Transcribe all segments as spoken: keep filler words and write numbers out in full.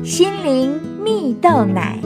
心灵蜜豆奶。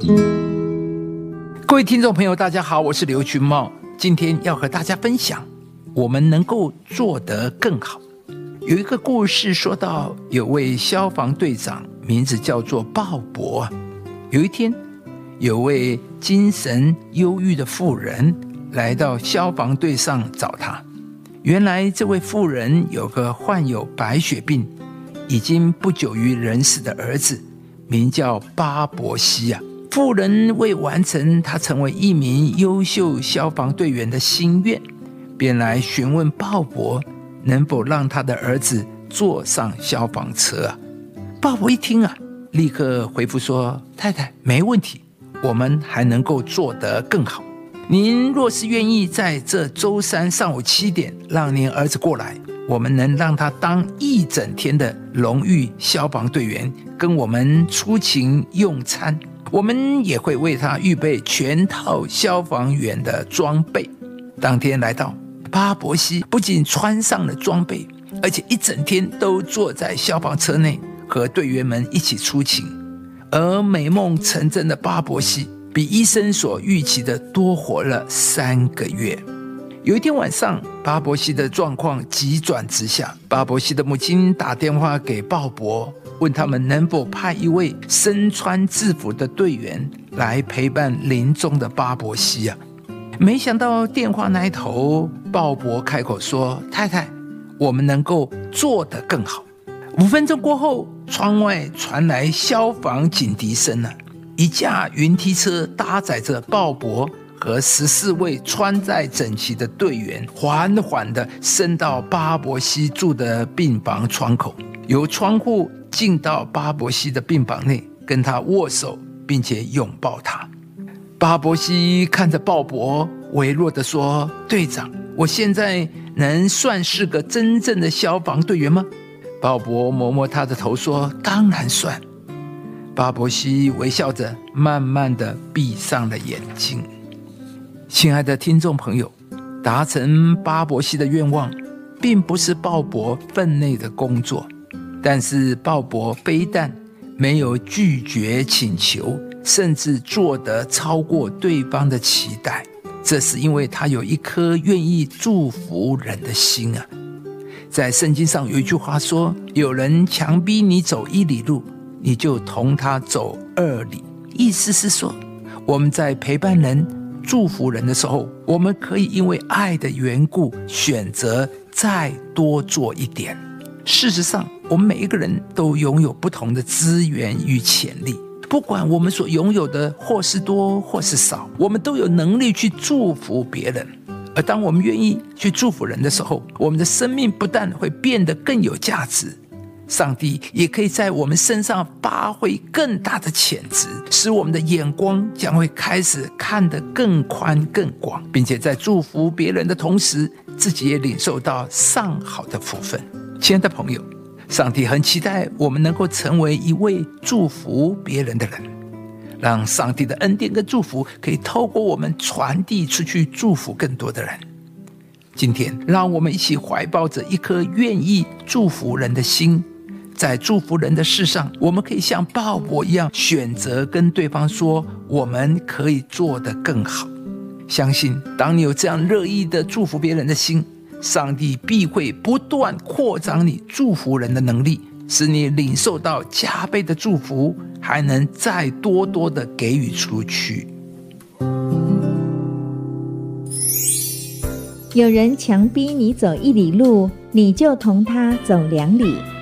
各位听众朋友大家好，我是刘群茂，今天要和大家分享我们能够做得更好。有一个故事说到，有位消防队长，名字叫做鲍勃。有一天，有位精神忧郁的妇人来到消防队上找他。原来这位妇人有个患有白血病已经不久于人世的儿子，名叫巴伯西啊。妇人为完成他成为一名优秀消防队员的心愿，便来询问鲍勃能否让他的儿子坐上消防车啊。鲍勃一听啊，立刻回复说：太太，没问题，我们还能够做得更好。您若是愿意在这周三上午七点让您儿子过来，我们能让他当一整天的荣誉消防队员，跟我们出勤用餐。我们也会为他预备全套消防员的装备。当天来到，巴伯西不仅穿上了装备，而且一整天都坐在消防车内和队员们一起出勤。而美梦成真的巴伯西比医生所预期的多活了三个月。有一天晚上，巴伯西的状况急转直下。巴伯西的母亲打电话给鲍勃，问他们能否派一位身穿制服的队员来陪伴临终的巴伯西啊。没想到电话那一头，鲍勃开口说：太太，我们能够做得更好。五分钟过后，窗外传来消防警笛声啊。一架云梯车搭载着鲍勃和十四位穿戴整齐的队员，缓缓地升到巴伯西住的病房窗口，由窗户进到巴伯西的病房内，跟他握手，并且拥抱他。巴伯西看着鲍勃，微弱地说：队长，我现在能算是个真正的消防队员吗？鲍勃摸摸他的头说：当然算。巴伯西微笑着，慢慢地闭上了眼睛。亲爱的听众朋友，达成巴伯西的愿望并不是鲍勃分内的工作，但是鲍勃非但没有拒绝请求，甚至做得超过对方的期待，这是因为他有一颗愿意祝福人的心啊。在圣经上有一句话说，有人强逼你走一里路，你就同他走二里。意思是说，我们在陪伴人、祝福人的时候，我们可以因为爱的缘故，选择再多做一点。事实上，我们每一个人都拥有不同的资源与潜力，不管我们所拥有的或是多或是少，我们都有能力去祝福别人。而当我们愿意去祝福人的时候，我们的生命不但会变得更有价值，上帝也可以在我们身上发挥更大的潜质，使我们的眼光将会开始看得更宽更广，并且在祝福别人的同时，自己也领受到上好的福分。亲爱的朋友，上帝很期待我们能够成为一位祝福别人的人，让上帝的恩典跟祝福可以透过我们传递出去，祝福更多的人。今天让我们一起怀抱着一颗愿意祝福人的心，在祝福人的事上，我们可以像鲍勃一样选择跟对方说，我们可以做得更好。相信当你有这样热意的祝福别人的心，上帝必会不断扩张你祝福人的能力，使你领受到加倍的祝福，还能再多多的给予出去。 有人强逼你走一里路，你就同他走两里。